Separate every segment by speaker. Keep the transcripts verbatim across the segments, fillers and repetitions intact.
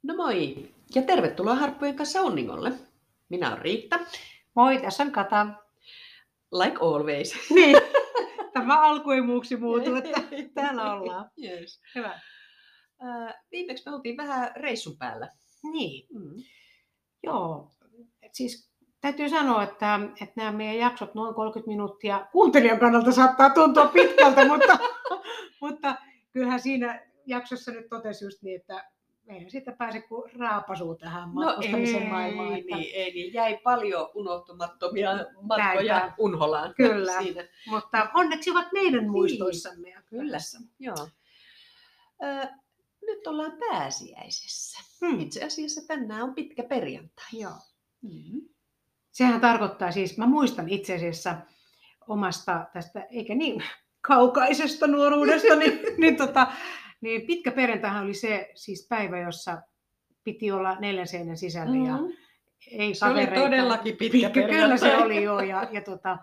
Speaker 1: No moi ja tervetuloa Harppujen kanssa Unningolle. Minä olen Riitta.
Speaker 2: Moi, tässä on Kata.
Speaker 1: Like always.
Speaker 2: Niin, tämä alku ei muuksi muutu, että täällä ollaan.
Speaker 1: Yes.
Speaker 2: Hyvä.
Speaker 1: Äh, viimeksi me oltiin vähän reissun päällä.
Speaker 2: Niin,
Speaker 1: Mm.
Speaker 2: joo. Et siis täytyy sanoa, että, että nämä meidän jaksot noin kolmekymmentä minuuttia kuuntelijan kannalta saattaa tuntua pitkältä, mutta, mutta kyllähän siinä jaksossa nyt totesi just niin, että eihän siitä pääse kuin raapasuu tähän matkustamisen
Speaker 1: no
Speaker 2: maailmaan.
Speaker 1: Ei,
Speaker 2: että...
Speaker 1: niin, ei, niin jäi paljon unohtumattomia matkoja
Speaker 2: Näinpä.
Speaker 1: Unholaan.
Speaker 2: Kyllä,
Speaker 1: siinä.
Speaker 2: mutta onneksi ovat meidän
Speaker 1: Niin.
Speaker 2: muistoissamme. Ja
Speaker 1: Kyllä, joo. Ö, nyt ollaan pääsiäisessä.
Speaker 2: Hmm.
Speaker 1: Itse asiassa tänään on pitkä perjantai.
Speaker 2: Joo.
Speaker 1: Mm-hmm.
Speaker 2: Sehän tarkoittaa siis, mä muistan itse asiassa omasta tästä, eikä niin kaukaisesta nuoruudesta, niin, niin, tota, niin pitkä perjantaihan oli se siis päivä, jossa piti olla neljän seinän sisällä ja
Speaker 1: Mm-hmm.
Speaker 2: ei
Speaker 1: Se oli
Speaker 2: kavereita.
Speaker 1: todellakin pitkä perjantai.
Speaker 2: Kyllä se oli joo. Ja, ja, tota,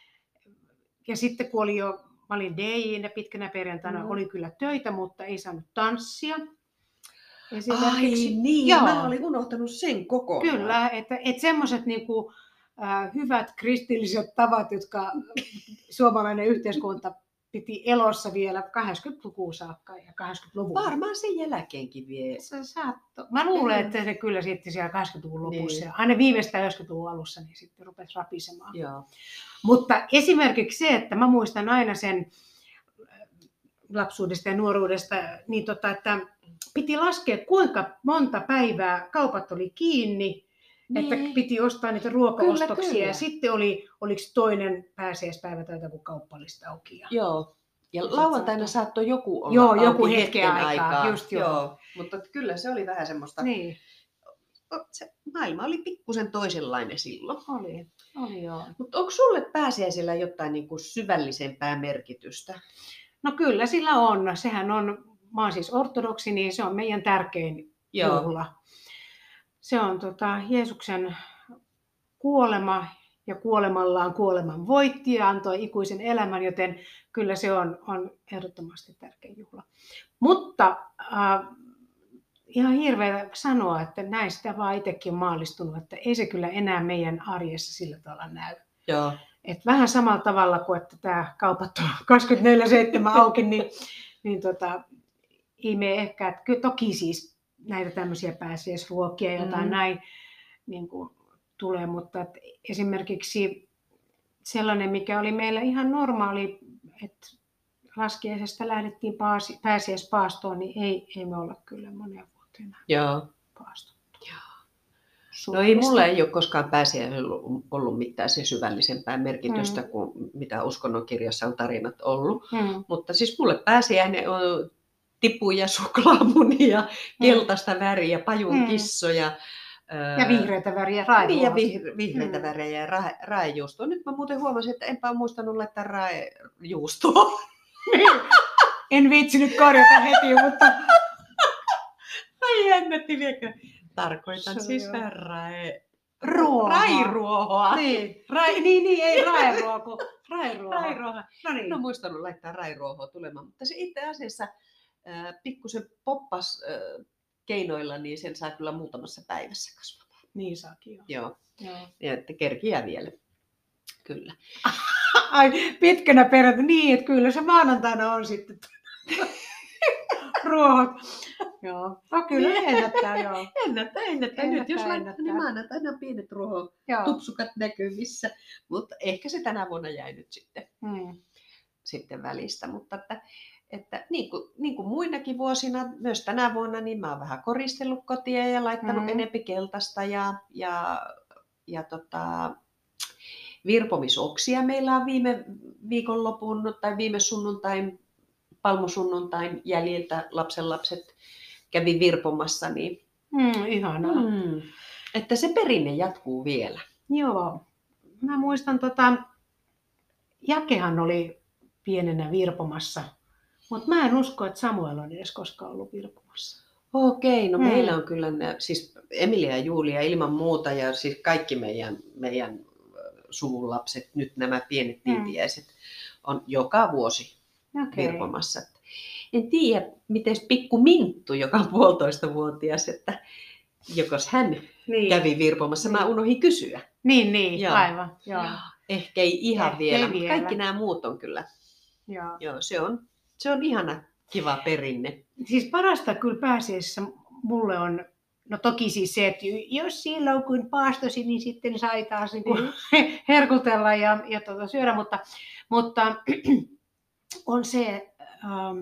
Speaker 2: ja sitten kun oli jo, mä olin D J:nä pitkänä perjantaina,
Speaker 1: Mm-hmm.
Speaker 2: oli kyllä töitä, mutta ei saanut tanssia.
Speaker 1: Ai niin, joo. Mä olin unohtanut sen kokonaan.
Speaker 2: Kyllä, että, että semmoiset niinku, äh, hyvät kristilliset tavat, jotka suomalainen yhteiskunta piti elossa vielä kahdeksankymmentälukua saakka ja kahdeksankymmentäluvulla.
Speaker 1: Varmaan sen jälkeenkin vielä.
Speaker 2: Se saatto. Mä luulen, että se kyllä sitten siellä kahdeksankymmentäluvun lopussa niin. Ja aina viimeistään yhdeksänkymmentäluvun alussa niin sitten rupesi rapisemaan.
Speaker 1: Joo.
Speaker 2: Mutta esimerkiksi se, että mä muistan aina sen lapsuudesta ja nuoruudesta, niin tota, että piti laskea kuinka monta päivää kaupat oli kiinni, niin. Että piti ostaa niitä ruokaostoksia kyllä, kyllä. Ja sitten oli, oliko toinen pääsiäispäivä tai joku kauppa oli auki. Ja...
Speaker 1: Joo, ja lauantaina saattoi joku olla
Speaker 2: joo, joku
Speaker 1: hetken,
Speaker 2: hetken aikaa. aikaa. Just joo.
Speaker 1: Joo, mutta kyllä se oli vähän semmoista,
Speaker 2: niin.
Speaker 1: Se maailma oli pikkusen toisenlainen silloin.
Speaker 2: Oli, oli joo.
Speaker 1: Mutta onko sulle pääsiäisellä jotain niin kuin syvällisempää merkitystä?
Speaker 2: No kyllä sillä on. Sehän on, mä oon siis ortodoksi, niin se on meidän tärkein joo. juhla. Se on tota, Jeesuksen kuolema ja kuolemallaan kuoleman voitti ja antoi ikuisen elämän, joten kyllä se on, on ehdottomasti tärkein juhla. Mutta äh, ihan hirveä sanoa, että näin sitä vaan itsekin maallistunut, että ei se kyllä enää meidän arjessa sillä tavalla näy.
Speaker 1: Joo.
Speaker 2: Et vähän samalla tavalla kuin että tämä kaupat on kaksikymmentäneljä seitsemän auki, niin, niin tota, ei me ehkä, että kyllä toki siis näitä tämmöisiä pääsiäisruokia ja jotain mm. näin niin kuin tulee, mutta että esimerkiksi sellainen, mikä oli meillä ihan normaali, että laskiaisesta lähdettiin paasi, pääsiäispaastoon, niin ei, ei me olla kyllä monia vuoteen paastottu.
Speaker 1: No ei mulla ei ole koskaan pääsiäisellä ollut mitään se syvällisempää merkitystä, mm. kuin mitä uskonnonkirjassa on tarinat ollut. Mm. Mutta siis mulle pääsiäinen on tipuja, suklaamunia, keltaista väriä, pajunkissoja.
Speaker 2: Ja vihreitä väriä, raejuustoa.
Speaker 1: Ja vihre, vihreitä mm. väriä ja rae, raejuustoa. Nyt mä muuten huomasin, että enpä ole muistanut laittaa raejuustoa.
Speaker 2: En viitsinyt korjata heti, mutta...
Speaker 1: Ai jännätti viekö. Tarkoitan
Speaker 2: se
Speaker 1: siis rae...
Speaker 2: Ruohoa.
Speaker 1: Rairuohoa.
Speaker 2: Niin, Rai, niin, niin ei raeruoho. Rairuoho.
Speaker 1: Rairuoho. No niin. En ole muistanut laittaa rairuohoa tulemaan, mutta se itse asiassa äh, pikkusen poppas äh, keinoilla, niin sen saa kyllä muutamassa päivässä kasvamaan.
Speaker 2: Niin saakin jo.
Speaker 1: Joo. Joo. Ja että kerkiää vielä. Kyllä.
Speaker 2: Ai pitkänä perjantaina. Niin, että kyllä se maanantaina on sitten ruohot. Joo. No kyllä ennättää, joo.
Speaker 1: Ennättää, ennättää. Nyt jos laittaa, niin maanantaina on pienet ruohotupsukat näkyvissä. Mutta ehkä se tänä vuonna jäi nyt sitten, hmm. sitten välistä. Mutta että, että niin, kuin, niin kuin muinakin vuosina, myös tänä vuonna, niin mä oon vähän koristellut kotia ja laittanut hmm. enempi keltaista ja, ja, ja tota, virpomisoksia. Meillä on viime viikonlopun tai viime sunnuntain palmusunnuntain jäljiltä lapsenlapset kävi virpomassa. Niin,
Speaker 2: mm, ihanaa.
Speaker 1: Mm, että se perinne jatkuu vielä.
Speaker 2: Joo. Mä muistan, tota, Jakehan oli pienenä virpomassa, mutta mä en usko, että Samuel on edes koskaan ollut virpomassa.
Speaker 1: Okei, no mm. meillä on kyllä, siis Emilia ja Julia ilman muuta ja siis kaikki meidän, meidän suvun lapset, nyt nämä pienet tiitiäiset, on joka vuosi okay. virpomassa. en tiedä, miten pikku Minttu, joka on puolitoistavuotias, että jokos hän niin. kävi virpomassa. Niin. Mä unohdin kysyä.
Speaker 2: Niin, niin, joo. aivan. Joo.
Speaker 1: Ehkä ei ihan Ehkä vielä, mutta kaikki nämä muut on kyllä. Joo. Joo, se on, se on ihana, kiva perinne.
Speaker 2: Siis parasta kyllä pääsiäisessä mulle on, no toki siis se, että jos silloin kun paastosi, niin sitten sai taas niin kuin herkutella ja, ja tuota, syödä, mutta, mutta on se ähm,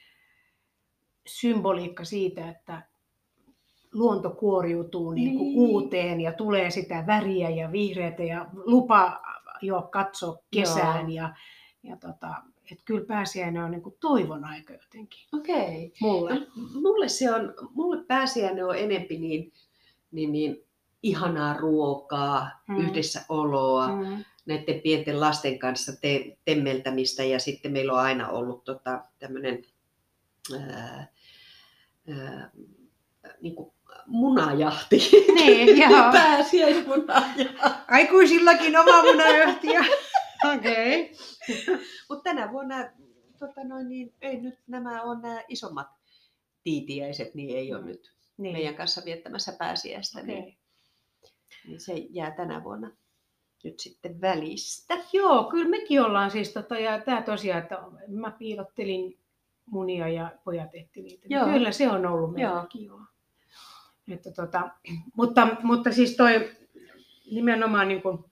Speaker 2: symboliikka siitä, että luonto kuoriutuu niin kuin niin. uuteen ja tulee sitä väriä ja vihreätä ja lupa jo katsoa kesään. Joo. Ja, ja tota, että kyllä pääsiäinen on niin kuin toivon aika jotenkin.
Speaker 1: Okei.
Speaker 2: Mulle.
Speaker 1: No, mulle, se on, mulle pääsiäinen on enempi niin, niin, niin ihanaa ruokaa, hmm. yhdessäoloa, hmm. näiden pienten lasten kanssa te, temmeltämistä ja sitten meillä on aina ollut tota, tämmöinen ää, ää, niin kuin munajahti.
Speaker 2: Niin, joo.
Speaker 1: Pääsiäismunajahti.
Speaker 2: Aikuisillakin oma munajahti. Okei.
Speaker 1: Okay. Mutta tänä vuonna tota noin, niin, ei nyt nämä on nämä isommat tiitiäiset, niin ei ole mm. nyt niin. meidän kanssa viettämässä pääsiäistä. Okay. Niin, niin se jää tänä vuonna nyt sitten välistä.
Speaker 2: Joo, kyllä mekin ollaan siis, tota, ja tämä tosiaan, että mä piilottelin munia ja pojat ehti niitä. Joo. Kyllä se on ollut meilläkin joo. Että, tota, mutta, mutta siis toi nimenomaan niin kuin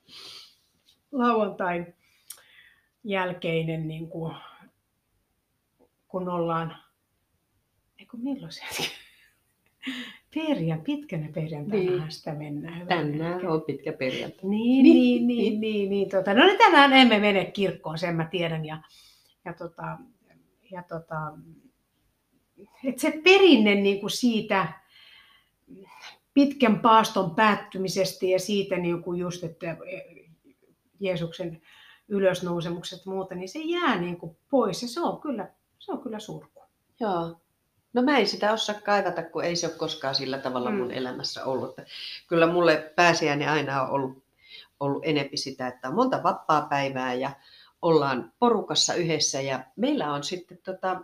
Speaker 2: lauantain jälkeinen, niin kuin, kun ollaan, eikö milloin se perjan, pitkänä perjantaina niin. sitä mennään.
Speaker 1: Tänään on pitkä perjantai.
Speaker 2: Niin, niin, niin, niin, niin, niin tota. No niin tänään emme mene kirkkoon, sen mä tiedän. Ja, ja, tota, ja tota, että se perinne niin kuin siitä pitkän paaston päättymisestä ja siitä niin kuin just, että Jeesuksen ylösnousemukset ja muuta, niin se jää niin kuin pois ja se on kyllä, se on kyllä surku.
Speaker 1: Joo. No mä en sitä osaa kaivata, kun ei se ole koskaan sillä tavalla mun mm. elämässä ollut. Kyllä mulle pääsiäinen aina on ollut, ollut enempi sitä, että on monta vapaapäivää ja ollaan porukassa yhdessä. Ja meillä on sitten tota,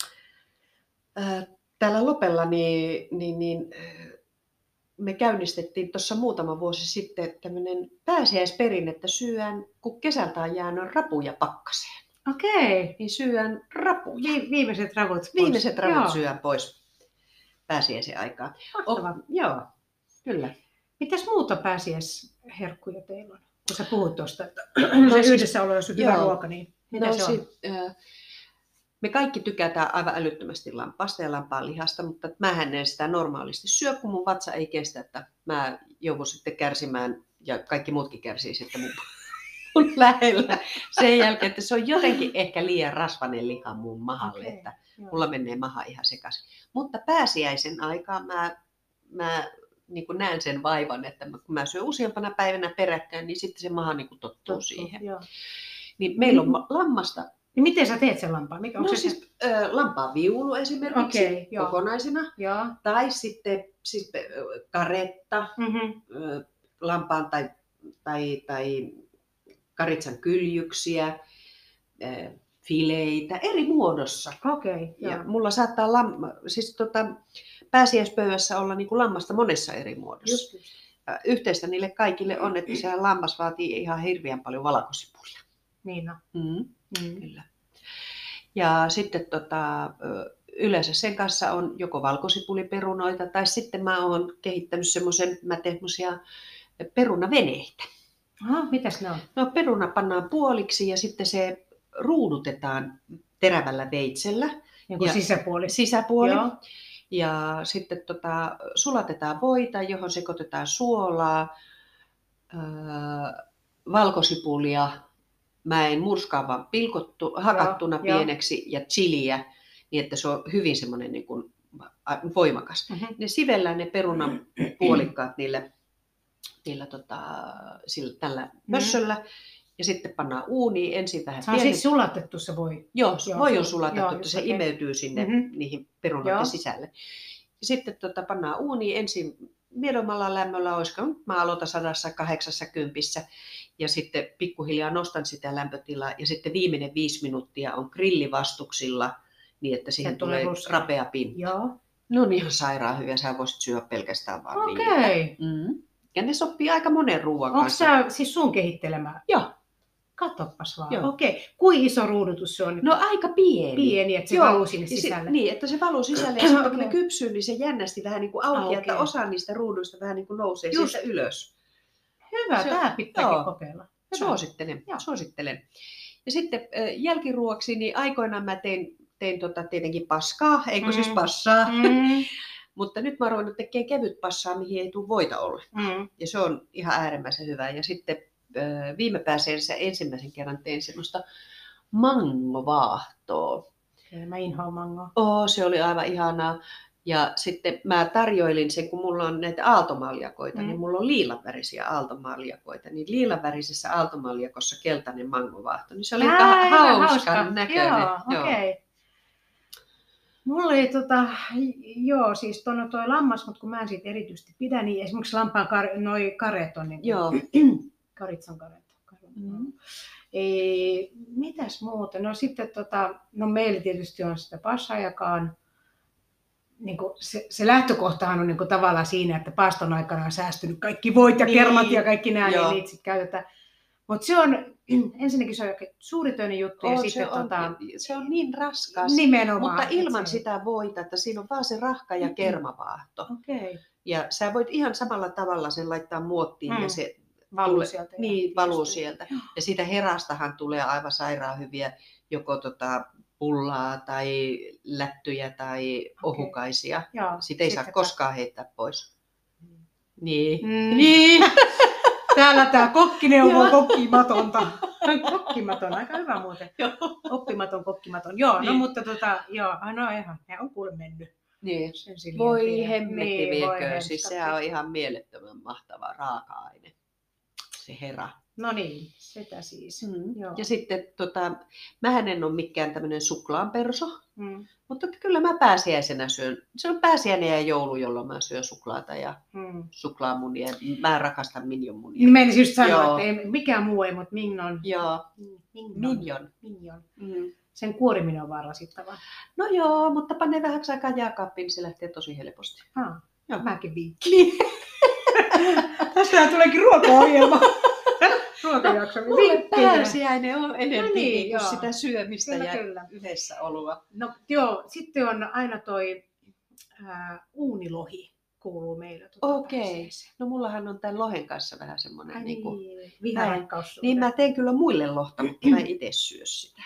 Speaker 1: ää, täällä Lopella niin, niin, niin me käynnistettiin tuossa muutama vuosi sitten tämmöinen pääsiäisperinne, että syödään, kun kesältä on jäänyt rapuja pakkaseen.
Speaker 2: Okei.
Speaker 1: Niin syön rapuja.
Speaker 2: Vi- viimeiset ravut pois.
Speaker 1: Viimeiset ravut joo. syön pois pääsiäisen aikaan.
Speaker 2: Oh,
Speaker 1: joo, kyllä.
Speaker 2: Mitäs muuta pääsiäisherkkuja teillä on? Kun sä puhut tuosta, että no, se yhdessä olo, jos on hyvä ruoka, niin mitä no, se on? Sit, äh,
Speaker 1: me kaikki tykätään aivan älyttömästi lampaasta ja lampaanlihasta, mutta mähän en sitä normaalisti syö, kun mun vatsa ei kestä, että mä joudun sitten kärsimään ja kaikki muutkin kärsii sitten mun on lähellä sen jälkeen, että se on jotenkin ehkä liian rasvainen liha mun mahalle, okay, että joo. mulla menee maha ihan sekaisin. Mutta pääsiäisen aikaan mä, mä niin kuin näen sen vaivan, että kun mä syön useampana päivänä peräkkäin, niin sitten se maha niin kuin tottuu Tottu, siihen. Joo. Niin meillä on mm-hmm. lammasta.
Speaker 2: Niin miten sä teet sen lampaan? Mikä,
Speaker 1: no
Speaker 2: se
Speaker 1: siis se? Äh, lampaan viulu esimerkiksi okay, kokonaisena.
Speaker 2: Joo.
Speaker 1: Tai sitten siis, äh, karetta mm-hmm. äh, lampaan tai, tai, tai karitsan kyljyksiä, fileitä, eri muodossa.
Speaker 2: Okay,
Speaker 1: ja mulla saattaa lam- siis tota, pääsiäispöydässä olla niin kuin lammasta monessa eri muodossa. Just. Yhteistä niille kaikille on, että se lammas vaatii ihan hirveän paljon valkosipulia.
Speaker 2: Niin no.
Speaker 1: Mm, mm. Kyllä. Ja sitten tota, yleensä sen kanssa on joko valkosipuliperunoita tai sitten mä oon kehittänyt semmoisen, mä teen semmoisia perunaveneitä.
Speaker 2: Aha, mitäs ne on?
Speaker 1: No peruna pannaan puoliksi ja sitten se ruudutetaan terävällä veitsellä.
Speaker 2: Niin sisäpuoli.
Speaker 1: Sisäpuoli. Joo. Ja sitten tota, sulatetaan voita, johon sekoitetaan suolaa, äh, valkosipulia, mä en murskaa vaan pilkottu, hakattuna joo, pieneksi jo. Ja chiliä, niin että se on hyvin semmoinen niin kuin voimakas. Mm-hmm. Ne sivellään ne perunan puolikkaat niillä niillä tota, sillä, tällä mössöllä mm-hmm. ja sitten pannaan uuniin ensin vähän.
Speaker 2: Se on siis sulatettu se voi?
Speaker 1: Joo, joo voi on sulatettu, että se okay. imeytyy sinne mm-hmm. niihin perunoiden sisälle. Ja sitten tota, pannaan uuniin ensin miedommalla lämmöllä, olisiko mä aloitan sata kahdeksankymmentä ja sitten pikkuhiljaa nostan sitä lämpötilaa ja sitten viimeinen viisi minuuttia on grillivastuksilla niin että siihen
Speaker 2: Se
Speaker 1: tulee,
Speaker 2: tulee
Speaker 1: rapea pinta.
Speaker 2: Joo.
Speaker 1: Ne on ihan sairaan hyviä, sä voisit syödä pelkästään vaan
Speaker 2: Okei.
Speaker 1: niitä. Mm. Ja ne sopii aika monen ruoan
Speaker 2: Onko
Speaker 1: kanssa.
Speaker 2: Onko sä siis sun kehittelemään?
Speaker 1: Joo.
Speaker 2: Katoppas vaan.
Speaker 1: Joo.
Speaker 2: Okei. Kuinka iso ruudutus se on?
Speaker 1: No aika pieni.
Speaker 2: Pieni, että se
Speaker 1: Joo.
Speaker 2: valuu sinne sisälle.
Speaker 1: Se, niin, että se valuu sisälle ja sitten kun ne
Speaker 2: Okay.
Speaker 1: kypsyy, niin se jännästi vähän niin kuin auki,
Speaker 2: Aukeaa.
Speaker 1: että osa niistä ruuduista vähän niin kuin nousee
Speaker 2: Just.
Speaker 1: sieltä ylös.
Speaker 2: Hyvä,
Speaker 1: Se-
Speaker 2: tämä pitääkin
Speaker 1: joo.
Speaker 2: kokeilla. Hyvä.
Speaker 1: Suosittelen,
Speaker 2: Joo.
Speaker 1: suosittelen. Ja sitten äh, jälkiruoksi, niin aikoinaan mä tein, tein tota tietenkin paskaa, eikö
Speaker 2: Mm.
Speaker 1: siis passaa.
Speaker 2: Mm.
Speaker 1: Mutta nyt mä oon ruvennut tekemään kevyt passaa, mihin ei tule voita ollenkaan.
Speaker 2: Mm.
Speaker 1: Ja se on ihan äärimmäisen hyvä. Ja sitten äh, viime pääseensä ensimmäisen kerran tein semmoista mangovaahtoa.
Speaker 2: Okei, mä inhoan mangoa.
Speaker 1: Oo, se oli aivan ihanaa. Ja sitten mä tarjoilin sen, kun mulla on näitä aaltomaljakoita,
Speaker 2: Mm.
Speaker 1: niin mulla on liilanvärisiä aaltomaljakoita. Niin liilanvärisessä aaltomaljakossa keltainen mangovaahto. Niin se oli
Speaker 2: Ää,
Speaker 1: ihan hauskan
Speaker 2: hauska.
Speaker 1: näköinen.
Speaker 2: Joo, okei. Okay. Mulla ei tota, joo, siis tuonne toi lammas, mutta kun mä en siitä erityisesti pidä, niin esimerkiksi lampaan kar, noi karet on niin kuin,
Speaker 1: Joo.
Speaker 2: karitsan karet.
Speaker 1: Mm.
Speaker 2: Ei, mitäs muuta? No sitten tota, no meillä tietysti on sitä passaajakaan. Niin kuin se, se lähtökohtahan on niin kuin tavallaan siinä, että paaston aikana on säästynyt kaikki voit ja
Speaker 1: Niin.
Speaker 2: kermat ja kaikki nämä,
Speaker 1: Joo.
Speaker 2: niin niitä sitten käytetään. Mutta se on, ensinnäkin se on oikein suuritöinen juttu. Ja
Speaker 1: On,
Speaker 2: sitten
Speaker 1: se, on,
Speaker 2: tota,
Speaker 1: se on niin raskas.
Speaker 2: nimenomaan.
Speaker 1: Mutta ilman
Speaker 2: että se-
Speaker 1: sitä voita, että siinä on vaan se rahka ja kermavaahto.
Speaker 2: Okei.
Speaker 1: Ja sä voit ihan samalla tavalla sen laittaa muottiin
Speaker 2: Mm.
Speaker 1: ja se
Speaker 2: Valuu
Speaker 1: tulee-
Speaker 2: sieltä.
Speaker 1: niin, valuu
Speaker 2: Just.
Speaker 1: sieltä. Ja siitä herastahan tulee aivan sairaan hyviä joko tota pullaa tai lättyjä tai ohukaisia.
Speaker 2: Joo,
Speaker 1: Sitä ei saa
Speaker 2: sitten
Speaker 1: koskaan heittää pois. Niin.
Speaker 2: Mm.
Speaker 1: Niin.
Speaker 2: Täällä tää kokki neuvoo
Speaker 1: Joo.
Speaker 2: kokkimatonta. Kokkimaton, aika hyvä muuten.
Speaker 1: Joo.
Speaker 2: Oppimaton kokkimaton. Joo, no
Speaker 1: Niin.
Speaker 2: mutta tota, joo, no ihan, ne on kuule mennyt.
Speaker 1: Niin.
Speaker 2: Sen Siljan
Speaker 1: Voi
Speaker 2: tie.
Speaker 1: hemmetti
Speaker 2: Niin, voi
Speaker 1: viekö. Siis
Speaker 2: hemskatti.
Speaker 1: sehän on ihan mielettömän mahtava raaka-aine. Se hera.
Speaker 2: No niin, sitä siis.
Speaker 1: Mm.
Speaker 2: Joo.
Speaker 1: Ja sitten tota, mähän en ole mikään tämmöinen suklaanperso,
Speaker 2: Mm.
Speaker 1: mutta kyllä mä pääsiäisenä syön. Se on pääsiäinen ja joulu, jolloin mä syön suklaata ja
Speaker 2: Mm.
Speaker 1: suklaamunia. Mä rakastan minjonmunia.
Speaker 2: Niin menin just sanoa,
Speaker 1: Joo.
Speaker 2: että ei, mikään muu ei, mutta mignon.
Speaker 1: Joo,
Speaker 2: Mignon.
Speaker 1: minjon.
Speaker 2: Mignon.
Speaker 1: Mm.
Speaker 2: Sen kuoriminen on vaan rasittavaa.
Speaker 1: No joo, mutta pane vähäksi aikaa jääkaappiin, niin se lähtee tosi helposti.
Speaker 2: Ah,
Speaker 1: Joo.
Speaker 2: mäkin vinkki. Tästähän tuleekin ruoka-ohjelma. Ruokajakso.
Speaker 1: Mulle
Speaker 2: Vinkkejä.
Speaker 1: pääsiäinen on enemmän
Speaker 2: No niin,
Speaker 1: niin, kuin
Speaker 2: joo.
Speaker 1: sitä syömistä
Speaker 2: Kyllä,
Speaker 1: ja
Speaker 2: kyllä.
Speaker 1: yhdessä oloa.
Speaker 2: No joo, sitten on aina toi ää, uunilohi kuuluu meillä. Tuota
Speaker 1: Okei.
Speaker 2: pääsiäiseen.
Speaker 1: No mullahan on tämän lohen kanssa vähän semmoinen.
Speaker 2: Ai
Speaker 1: niin, kuin,
Speaker 2: niin, viharakkaus.
Speaker 1: niin mä teen kyllä muille lohta, mutta mä itse syö sitä.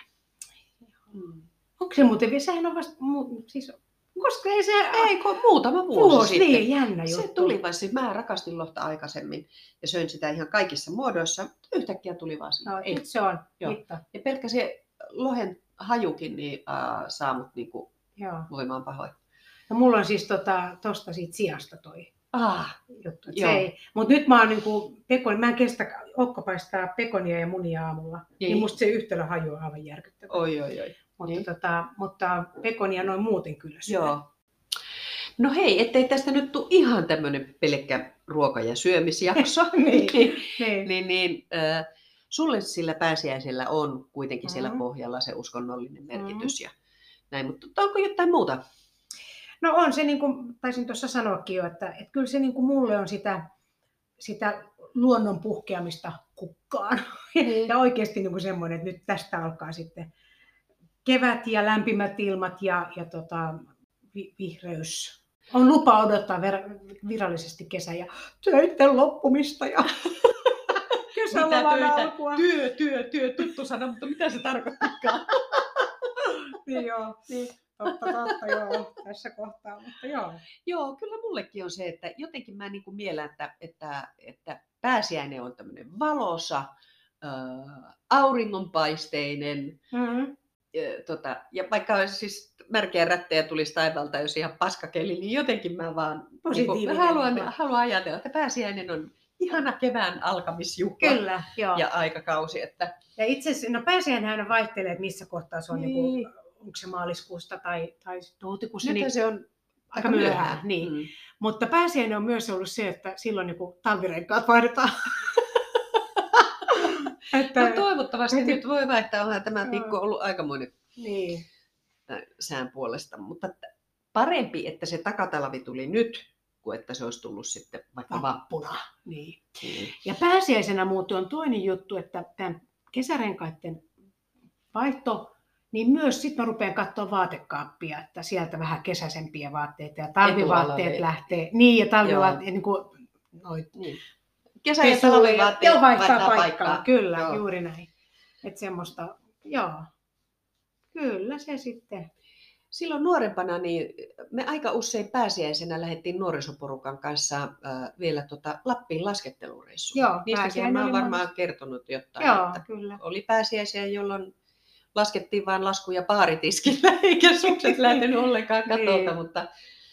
Speaker 1: Mm.
Speaker 2: Onko se muuten vielä? Sehän on vasta, mu, siis, koska ei se...
Speaker 1: Ei, kun muutama vuosi,
Speaker 2: vuosi,
Speaker 1: sitten.
Speaker 2: niin, jännä juttu.
Speaker 1: Se tuli vaan, siis mä rakastin lohta aikaisemmin ja söin sitä ihan kaikissa muodoissa, mutta yhtäkkiä tuli vaan
Speaker 2: No,
Speaker 1: ei.
Speaker 2: nyt se on.
Speaker 1: Joo.
Speaker 2: Hitto.
Speaker 1: Ja pelkkä se lohen hajukin niin, äh, saa mut niinku
Speaker 2: Joo.
Speaker 1: voimaan pahoin.
Speaker 2: No mulla on siis tota, tosta siitä sijasta toi
Speaker 1: Ah,
Speaker 2: juttu.
Speaker 1: Joo.
Speaker 2: Mutta nyt mä oon niinku, pekon, mä en kestä, Okko paistaa pekonia ja munia aamulla. Niin, niin musta se yhtälö haju on aivan järkyttävä.
Speaker 1: oi, oi, oi.
Speaker 2: Mutta,
Speaker 1: niin.
Speaker 2: tota, mutta pekonia noin muuten kyllä syö.
Speaker 1: Joo. No hei, ettei tästä nyt tule ihan tämmöinen pelkkä ruoka- ja syömisjakso.
Speaker 2: Niin.
Speaker 1: niin,
Speaker 2: Niin.
Speaker 1: niin, niin äh, sulle sillä pääsiäisellä on kuitenkin siellä
Speaker 2: Mhm.
Speaker 1: pohjalla se uskonnollinen merkitys ja näin, mutta onko jotain muuta?
Speaker 2: No on se, niin kuin taisin tuossa sanoakin jo, että, että kyllä se niin kuin mulle on sitä, sitä luonnon puhkeamista kukkaan.
Speaker 1: Niin.
Speaker 2: Ja oikeasti niin kuin semmoinen, että nyt tästä alkaa sitten kevät ja lämpimät ilmat ja, ja tota, vi, vihreys. On lupa odottaa ver- virallisesti kesä ja töiden loppumista ja kesäloman alkua.
Speaker 1: Työ, työ, työ, tuttu sana, mutta mitä se tarkoittaa?
Speaker 2: Niin joo,
Speaker 1: niin.
Speaker 2: totta, totta joo, tässä kohtaa, mutta joo.
Speaker 1: Joo, kyllä mullekin on se, että jotenkin mä niin kuin mielän, että, että, että pääsiäinen on tämmöinen valosa, äh, auringonpaisteinen,
Speaker 2: Mm-hmm.
Speaker 1: ja, tota, ja vaikka olisi siis märkeä rättejä tulisi taivaalta, jos ihan paskakeli, niin jotenkin mä vaan niin
Speaker 2: Positiivinen.
Speaker 1: kuin, haluan, haluan ajatella, että pääsiäinen on ihana kevään alkamisjuhla
Speaker 2: Kyllä, joo.
Speaker 1: ja aikakausi. Että...
Speaker 2: Ja itse asiassa, no pääsiäinhän vaihtelee, että missä kohtaa se on, niin.
Speaker 1: Niin.
Speaker 2: Niin kuin, onko se maaliskuusta tai, tai huhtikuussa.
Speaker 1: Nyt
Speaker 2: Niin,
Speaker 1: se on
Speaker 2: aika myöhään. Niin.
Speaker 1: Mm.
Speaker 2: Mutta pääsiäinen on myös ollut se, että silloin niin kuin talvirenkaat vaihdetaan. että,
Speaker 1: No toivottavasti
Speaker 2: Heti-
Speaker 1: nyt voi vaihtaa, onhan tämä
Speaker 2: Joo.
Speaker 1: tikku ollut aikamoinen.
Speaker 2: niin.
Speaker 1: sään puolesta. Mutta parempi, että se takatalvi tuli nyt, kuin että se olisi tullut sitten vaikka vappuna.
Speaker 2: Niin. Mm. Ja pääsiäisenä muuten on toinen juttu, että tämän kesärenkaiden vaihto, niin myös sitten mä rupean katsoa vaatekaappia, että sieltä vähän kesäisempiä vaatteita ja talvivaatteet lähtee. Niin, ja talvivaatteet, niin kuin noit. Niin.
Speaker 1: Kesä- ja talvivaatteet
Speaker 2: vaihtaa, vaihtaa paikkaa. paikkaa. Kyllä, joo. Juuri näin. Että semmoista, joo. Kyllä se sitten.
Speaker 1: Silloin nuorempana niin me aika usein pääsiäisenä lähdettiin nuorisoporukan kanssa äh, vielä tota Lappiin laskettelureissuun.
Speaker 2: Joo,
Speaker 1: niistäkin mä oon varmaan monta kertonut jotain.
Speaker 2: Joo,
Speaker 1: että
Speaker 2: kyllä.
Speaker 1: Oli pääsiäisiä, jolloin laskettiin vain laskuja baaritiskillä, eikä sukset lähtenyt ollenkaan katolta, niin. Mutta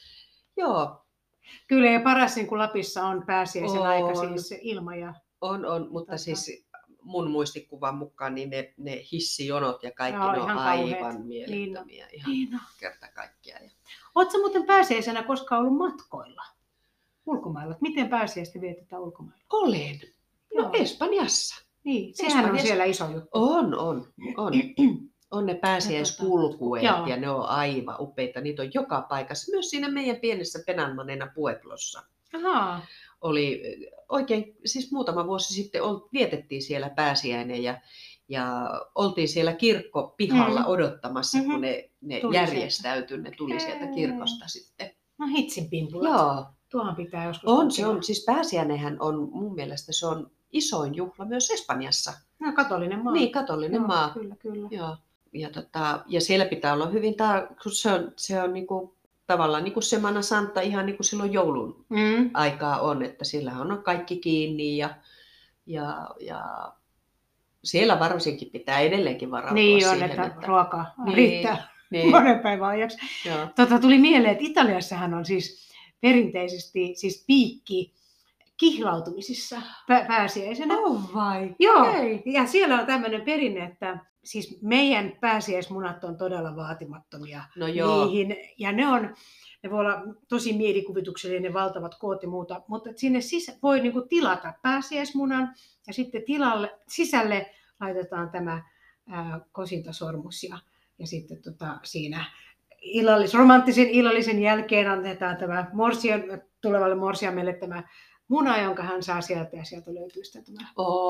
Speaker 1: joo.
Speaker 2: Kyllä ja paras niin kuin Lapissa on pääsiäisen on. Aika siis ilma ja...
Speaker 1: On, on, mutta tota... siis mun muistikuvan mukaan niin ne, ne hissijonot ja kaikki
Speaker 2: joo,
Speaker 1: ne on aivan
Speaker 2: kauheat.
Speaker 1: Mielettömiä.
Speaker 2: Niin
Speaker 1: ihan
Speaker 2: niin
Speaker 1: kerta kaikkiaan.
Speaker 2: Oletko muuten pääsiäisenä koskaan ollut matkoilla ulkomailla? Miten pääsiäistä vietetään ulkomailla?
Speaker 1: Olen. No joo. Espanjassa.
Speaker 2: Niin, sehän Espanjassa... on siellä iso juttu.
Speaker 1: On, on, on. On ne pääsiäiskulkueet ja, ja ne on aivan upeita. Niitä on joka paikassa. Myös siinä meidän pienessä Penanmanena Pueblossa.
Speaker 2: Ahaa.
Speaker 1: Oli oikein, siis muutama vuosi sitten vietettiin siellä pääsiäinen ja, ja oltiin siellä kirkkopihalla mm. odottamassa, mm-hmm. kun ne, ne järjestäytyi, ne tuli sieltä kirkosta sitten.
Speaker 2: No hitsin pimpulat.
Speaker 1: Joo.
Speaker 2: Tuohan pitää joskus.
Speaker 1: On, se on, siis pääsiäinenhän on mun mielestä se on isoin juhla myös Espanjassa.
Speaker 2: No katolinen maa.
Speaker 1: Niin, katolinen
Speaker 2: joo,
Speaker 1: maa.
Speaker 2: Kyllä, kyllä.
Speaker 1: Joo. Ja, tota, ja siellä pitää olla hyvin, tar- kun se on, se on niinku, tavallaan niin kuin Semana Santa ihan niin kuin silloin joulun mm. aikaa on, että siellä on kaikki kiinni ja, ja, ja siellä varsinkin pitää edelleenkin varautua
Speaker 2: niin on,
Speaker 1: siihen.
Speaker 2: Että
Speaker 1: että
Speaker 2: ruokaa
Speaker 1: niin,
Speaker 2: riittää
Speaker 1: niin.
Speaker 2: monen päivän ajaksi. Tota, tuli mieleen, että Italiassahan on siis perinteisesti siis piikki kihlautumisissa pääsiäisenä.
Speaker 1: Oh vai?
Speaker 2: Joo, okay. Ja siellä on tämmöinen perinne, että siis meidän pääsiäismunat on todella vaatimattomia
Speaker 1: no joo.
Speaker 2: niihin. Ja ne on, ne voi olla tosi mielikuvituksellisia, ne valtavat koot ja muuta, mutta sinne sisä, voi niinku tilata pääsiäismunan ja sitten tilalle, sisälle laitetaan tämä ää, kosintasormus ja, ja sitten tota, siinä illallis, romanttisen illallisen jälkeen annetaan tämä morsian, tulevalle morsiamelle tämä muna, jonka hän saa sieltä ja sieltä löytyy sitten tämä.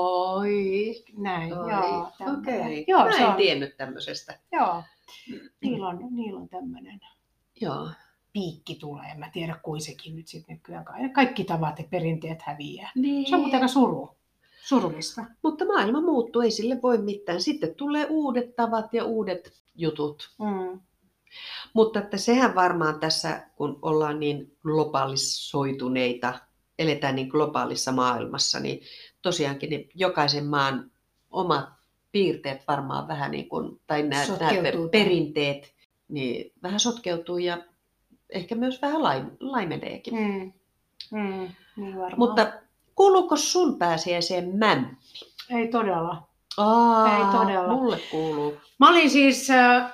Speaker 1: Oi.
Speaker 2: Näin.
Speaker 1: Oi.
Speaker 2: Joo,
Speaker 1: okei. Joo, mä en
Speaker 2: on...
Speaker 1: tiennyt tämmöisestä.
Speaker 2: Joo. Niillä on, niillä on tämmöinen
Speaker 1: joo.
Speaker 2: piikki tulee. En mä tiedä kuin sekin nyt sitten nykyään. Kaikki tavat ja perinteet häviää.
Speaker 1: Niin.
Speaker 2: Se on muuten aika suru. Surullista.
Speaker 1: Mutta maailma muuttuu, ei sille voi mitään. Sitten tulee uudet tavat ja uudet jutut.
Speaker 2: Mm.
Speaker 1: Mutta että sehän varmaan tässä, kun ollaan niin globalisoituneita, eletään niin globaalissa maailmassa, niin tosiaankin niin jokaisen maan omat piirteet varmaan vähän niin kuin, tai nämä, nämä perinteet, niin vähän sotkeutuu ja ehkä myös vähän laimeneekin.
Speaker 2: Mm. Mm. Niin
Speaker 1: Mutta kuuluuko sun pääsiäiseen mämmi?
Speaker 2: Ei todella.
Speaker 1: Aa,
Speaker 2: Ei todella.
Speaker 1: Mulle kuuluu.
Speaker 2: Mä olin siis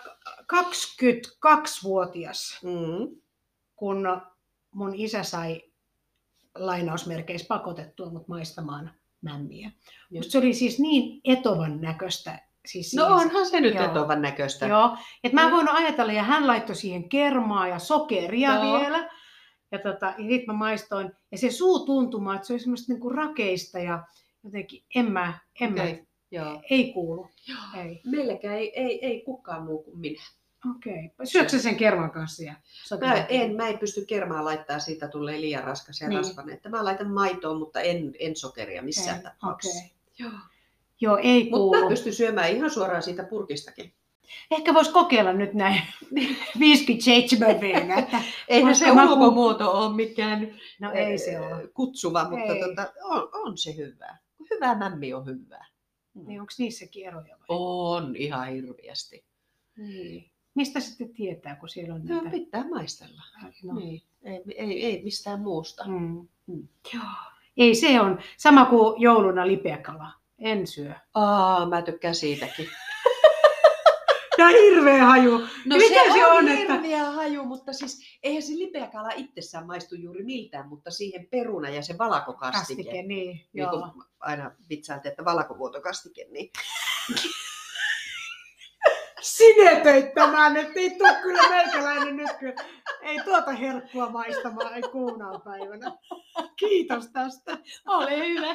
Speaker 2: kaksikymmentäkaksivuotias,
Speaker 1: Mm.
Speaker 2: kun mun isä sai lainausmerkeissä pakotettua mut maistamaan mämmiä. Musta se oli siis niin etovan näköistä. Siis
Speaker 1: no onhan se nyt joo. etovan näköistä.
Speaker 2: Joo, et mä en voinut ajatella, ja hän laittoi siihen kermaa ja sokeria joo. vielä. Ja, tota, ja sit mä maistoin. Ja se suutuntuma, että se oli semmoista niinku rakeista ja jotenkin en mä, en
Speaker 1: okay.
Speaker 2: mä joo. ei kuulu.
Speaker 1: Joo. Ei. Meilläkään ei, ei, ei kukaan muu kuin minä.
Speaker 2: Okei. Okay. Syöksä sen kerman kanssa? Ja
Speaker 1: mä, en, mä en pysty kermaa laittaa, siitä tulee liian raskas ja niin. rasvainen. Että mä laitan maitoa, mutta en, en sokeria missään ei. tapauksessa. Okay.
Speaker 2: Joo. Joo, ei kuulu.
Speaker 1: Mutta mä pystyn syömään ihan suoraan siitä purkistakin.
Speaker 2: Ehkä vois kokeilla nyt näin viisikymmentäseitsemän vuotta.
Speaker 1: Eihän se ulkomuoto ole mikään
Speaker 2: no, ei se ole.
Speaker 1: kutsuva, mutta tota, on, on se hyvää. Hyvä mämmi on hyvää.
Speaker 2: Niin onko niissäkin eroja vai?
Speaker 1: On ihan hirviästi.
Speaker 2: Niin. Mistä sitten tietää, kun siellä on näitä?
Speaker 1: No, pitää maistella. No. Niin. Ei, ei, ei mistään muusta.
Speaker 2: Mm. Mm. Joo. Ei se on sama kuin jouluna lipeäkala. En syö.
Speaker 1: Aa, mä tykkään siitäkin.
Speaker 2: Ja hirveä haju.
Speaker 1: No se, se on, on hirveä että... haju, mutta siis eihän se lipeäkala itsessään maistu juuri miltään, mutta siihen peruna ja se valakokastike.
Speaker 2: Kastike, niin.
Speaker 1: Niin kuin aina vitsailtiin, että valakovuotokastike, niin...
Speaker 2: sinetöittämään, että ei tule kyllä meikäläinen nyt. Ei tuota herkkua maistamaan, ei kuunalpäivänä. Kiitos tästä.
Speaker 1: Ole hyvä.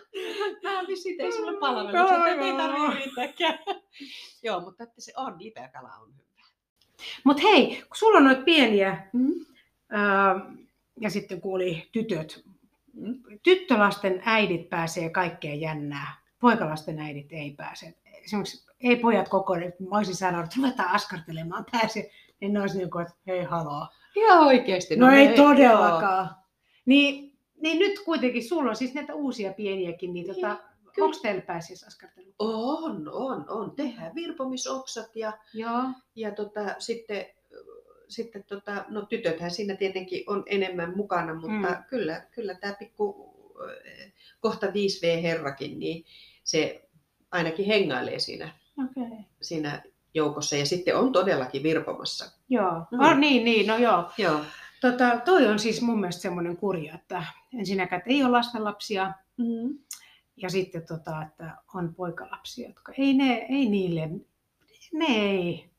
Speaker 1: Mä vissiin tein sulle palvelus, että ei tarvitse yrittääkään. Joo, mutta että se on, lipeäkala on hyvä.
Speaker 2: Mut hei, kun sulla on noita pieniä, mm. ää, ja sitten kun oli tytöt, mm. tyttölasten äidit pääsee kaikkeen jännää, poikalasten äidit ei pääse. Esimerkiksi ei pojat koko ajan, mä olisin sanonut, että ruvetaan askartelemaan pääse, niin ne olisi niin kuin, että hei haloo.
Speaker 1: Ihan oikeasti.
Speaker 2: No, no ei todellakaan. Joo. Niin, niin nyt kuitenkin sulla on siis näitä uusia pieniäkin, niin tota, onko teillä pääsiäisaskartelu?
Speaker 1: On, on, on. Tehdään virpomisoksat ja,
Speaker 2: Joo.
Speaker 1: ja tota, sitten, sitten tota, no tytöthän siinä tietenkin on enemmän mukana, mutta mm. kyllä, kyllä tämä pikku kohta viisi vuotias-herrakin, niin se ainakin hengailee siinä,
Speaker 2: okay.
Speaker 1: siinä joukossa ja sitten on todellakin virpomassa.
Speaker 2: Joo, mm. oh, niin, niin, no joo.
Speaker 1: joo.
Speaker 2: Tota, toi on siis mun mielestä semmoinen kurja, että ensinnäkään ei ole lastenlapsia mm. ja sitten tota, että on poikalapsia, jotka ei, ne, ei niille, ne ei,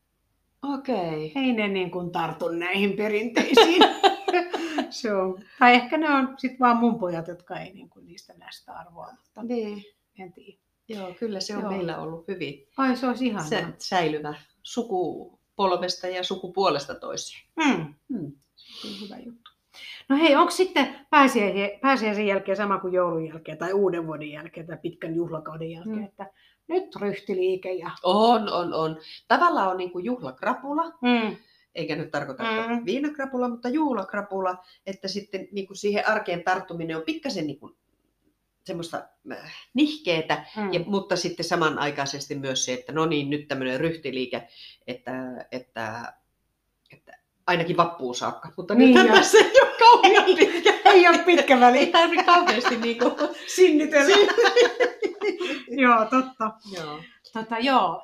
Speaker 1: okay.
Speaker 2: ei ne niin kuin tartu näihin perinteisiin. Se on. Tai ehkä ne on sit vaan mun pojat, jotka ei niin kuin niistä näe sitä arvoa, mutta
Speaker 1: niin.
Speaker 2: en tiedä.
Speaker 1: Joo, kyllä se on Joo. meillä ollut hyvin
Speaker 2: Ai, se olisi ihanaa.
Speaker 1: Se, säilyvä sukupolvesta ja sukupuolesta toiseen.
Speaker 2: Mm. Mm. Se on hyvä juttu. No hei, onko sitten pääsiäisen jälkeen sama kuin joulun jälkeen tai uuden vuoden jälkeen tai pitkän juhlakauden jälkeen, mm. että nyt ryhtiliike ja...
Speaker 1: On, on, on. Tavallaan on niin kuin juhlakrapula,
Speaker 2: mm.
Speaker 1: eikä nyt tarkoita mm. viinakrapula, mutta juhlakrapula, että sitten niin kuin siihen arkeen tarttuminen on pikkasen niin kuin semmoista nihkeetä, mm. ja, mutta sitten samanaikaisesti myös se, että no niin, nyt tämmöinen ryhtiliike, että, että, että ainakin vappuun saakka. Mutta niin nyt tässä ei ole kauhean pitkä.
Speaker 2: Ei ole pitkä väli.
Speaker 1: Ei tarvitse kauheasti niin kuin
Speaker 2: sinnitellä. Joo, totta.
Speaker 1: Joo.
Speaker 2: Tota, joo.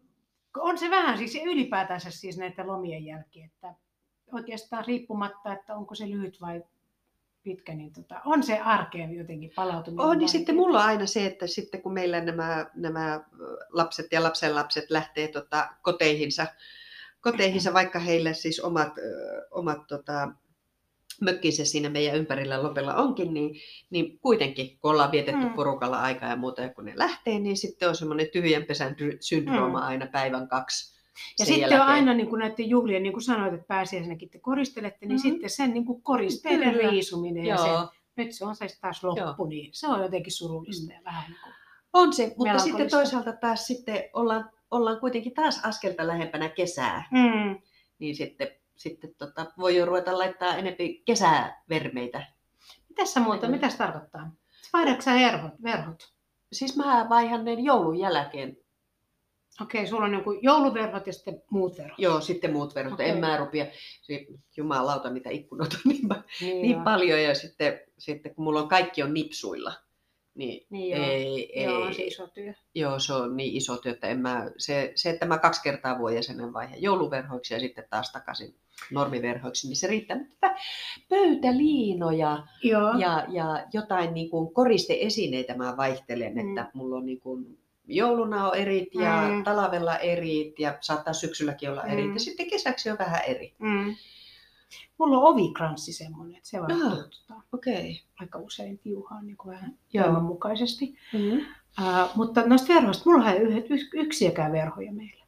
Speaker 2: On se vähän siis ylipäätänsä siis näitä lomien jälkeen, että oikeastaan riippumatta, että onko se lyhyt vai pitkä, niin tota, on se arkeen jotenkin palautuminen.
Speaker 1: On, niin sitten mulla on aina se, että sitten kun meillä nämä, nämä lapset ja lapsenlapset lähtee tota, koteihinsa, koteihinsa, vaikka heillä siis omat, ö, omat tota, mökkinsä siinä meidän ympärillä Lopella onkin, niin, niin kuitenkin, kun ollaan vietetty mm. porukalla aikaa ja muuta, ja kun ne lähtee, niin sitten on semmoinen tyhjän pesän syndrooma mm. aina päivän kaksi.
Speaker 2: Ja sitten jälkeen on aina niin kuin näiden juhlien, niin kuin sanoit, että pääsiäisenäkin te koristelette, niin mm-hmm. sitten sen niin kuin koristeiden Kyllä. riisuminen ja sen, nyt se on se taas loppu, Joo. niin se on jotenkin surullista ja vähän niin kuin
Speaker 1: on se, mutta sitten toisaalta taas sitten ollaan, ollaan kuitenkin taas askelta lähempänä kesää,
Speaker 2: mm.
Speaker 1: niin sitten, sitten tota, voi jo ruveta laittaa enempi kesävermeitä.
Speaker 2: Mitäs sä muuta, mitä se tarkoittaa? Vaihdatko sä verhot, verhot?
Speaker 1: Siis mä vaihan ne joulun jälkeen.
Speaker 2: Okei, sulla on joku jouluverhot ja sitten muut verhot.
Speaker 1: Joo, sitten muut verhot. Okay. En mä rupia, jumalauta niitä ikkunoita niin, niin, niin paljon. Ja sitten, sitten kun mulla on kaikki on nipsuilla, niin,
Speaker 2: niin
Speaker 1: ei,
Speaker 2: joo.
Speaker 1: ei,
Speaker 2: joo, se iso työ.
Speaker 1: Joo, se on niin iso työ, että en mä, se, se, että mä kaksi kertaa vuodessa vaihan jouluverhoiksi ja sitten taas takaisin normiverhoiksi, niin se riittää. Mutta pöytäliinoja ja, ja jotain niin kuin koristeesineitä mä vaihtelen, mm. että mulla on niin kuin jouluna on erit ja mm. talvella erit ja saattaa syksylläkin olla erit mm. ja sitten kesäksi on vähän eri.
Speaker 2: Mm. Mulla on ovikranssi semmoinen, että se
Speaker 1: vaikuttaa
Speaker 2: okay. aika usein tiuhaan niin kuin vähän mukaisesti. Mm. Uh, mutta noista verhoista, mulla ei ole yksiäkään verhoja meillä.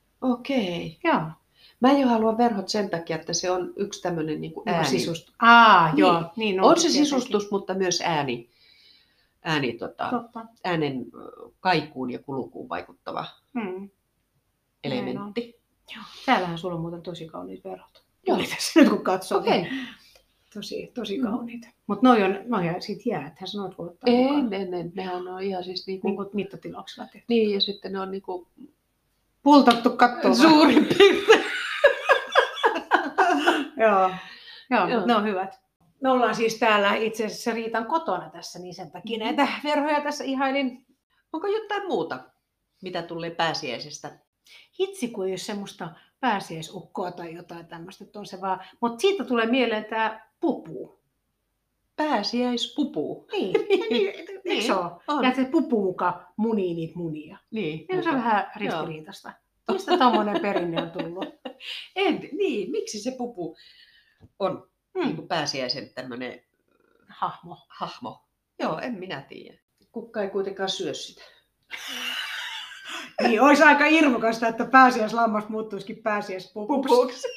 Speaker 1: Okei.
Speaker 2: Okay. Joo.
Speaker 1: Mä en halua verhot sen takia, että se on yksi tämmöinen niin kuin ääni.
Speaker 2: Sisustus. Aa,
Speaker 1: niin.
Speaker 2: joo. Niin
Speaker 1: on, on se sisustus, mutta myös ääni. Ääni, tota, äänen kaikuun ja kulkuun vaikuttava hmm. elementti.
Speaker 2: Joo. Täällähän sulla on muuten tosi kauniit verhot. Joo. Tässä nyt kun katsoo.
Speaker 1: Okay.
Speaker 2: Tosi, tosi kauniita. Mm. Mutta noi on, noi on siitä jää, ethän sä noit voi ottaa
Speaker 1: en, mukaan. En, en. Nehän on ihan siis niinku...
Speaker 2: Niinku mittatilauksella tehty.
Speaker 1: Niin, ja sitten ne on niinku...
Speaker 2: Pultattu kattoon.
Speaker 1: Suurin piirtein.
Speaker 2: Joo, Joo, Joo. Ne on hyvät. Me ollaan siis täällä itse asiassa Riitan kotona tässä, niin sen takia näitä verhoja tässä ihailin.
Speaker 1: Onko jotain muuta, mitä tulee pääsiäisestä?
Speaker 2: Hitsi, kun ei ole semmoista pääsiäisukkoa tai jotain tämmöistä, on se vaan. Mutta siitä tulee mieleen tämä pupu.
Speaker 1: Pääsiäispupu.
Speaker 2: Niin, niin, niin. On? Ja se pupu muka munii niitä munia.
Speaker 1: Niin.
Speaker 2: Ja se on vähän ristiriitasta. Mistä tommonen perinne on tullut?
Speaker 1: En, niin, miksi se pupu on hmm. niin kuin pääsiäisen tämmöinen
Speaker 2: hahmo.
Speaker 1: hahmo? Joo, en minä tiedä. Kukka ei kuitenkaan syö sitä.
Speaker 2: Niin, olisi aika irvokasta, että pääsiäislammas muuttuisikin pääsiäispupuksi.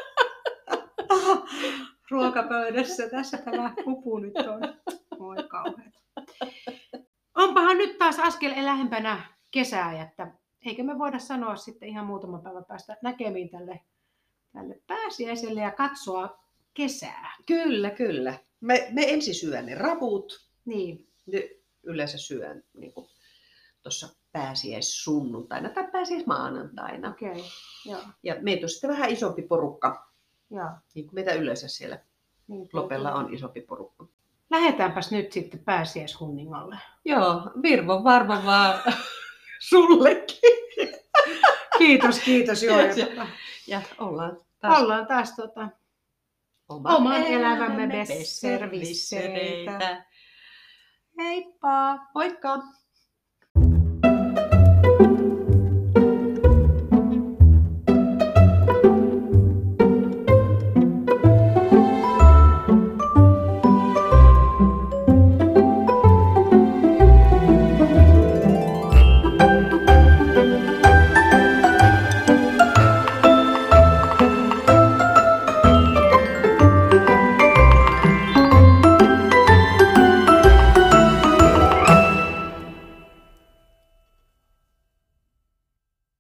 Speaker 2: Ruokapöydässä tässä tämä pupu nyt on. Voi kauhean. Onpahan nyt taas askel lähempänä kesää, että eikö me voida sanoa sitten ihan muutama päivä päästä näkemiin tälle, tälle pääsiäiselle ja katsoa kesää.
Speaker 1: Kyllä, kyllä. Me, me ensin syön ne ravut.
Speaker 2: Niin.
Speaker 1: Ne yleensä syön niin kuin tuossa pääsiäissunnuntaina tai pääsiäismaanantaina.
Speaker 2: Okei, okay, joo.
Speaker 1: Ja meitä on sitten vähän isompi porukka.
Speaker 2: Joo.
Speaker 1: Niin kuin meitä yleensä siellä niin, Lopella on isompi porukka.
Speaker 2: Lähdetäänpäs nyt sitten pääsiäishunningolle.
Speaker 1: Joo, Virvo varma vaan sullekin.
Speaker 2: Kiitos, kiitos. Joo, ja,
Speaker 1: ja, ja ollaan taas,
Speaker 2: ollaan taas tota,
Speaker 1: oman,
Speaker 2: oman elämämme besservissereitä.
Speaker 1: Heippa!
Speaker 2: Heippa!
Speaker 1: Moikka!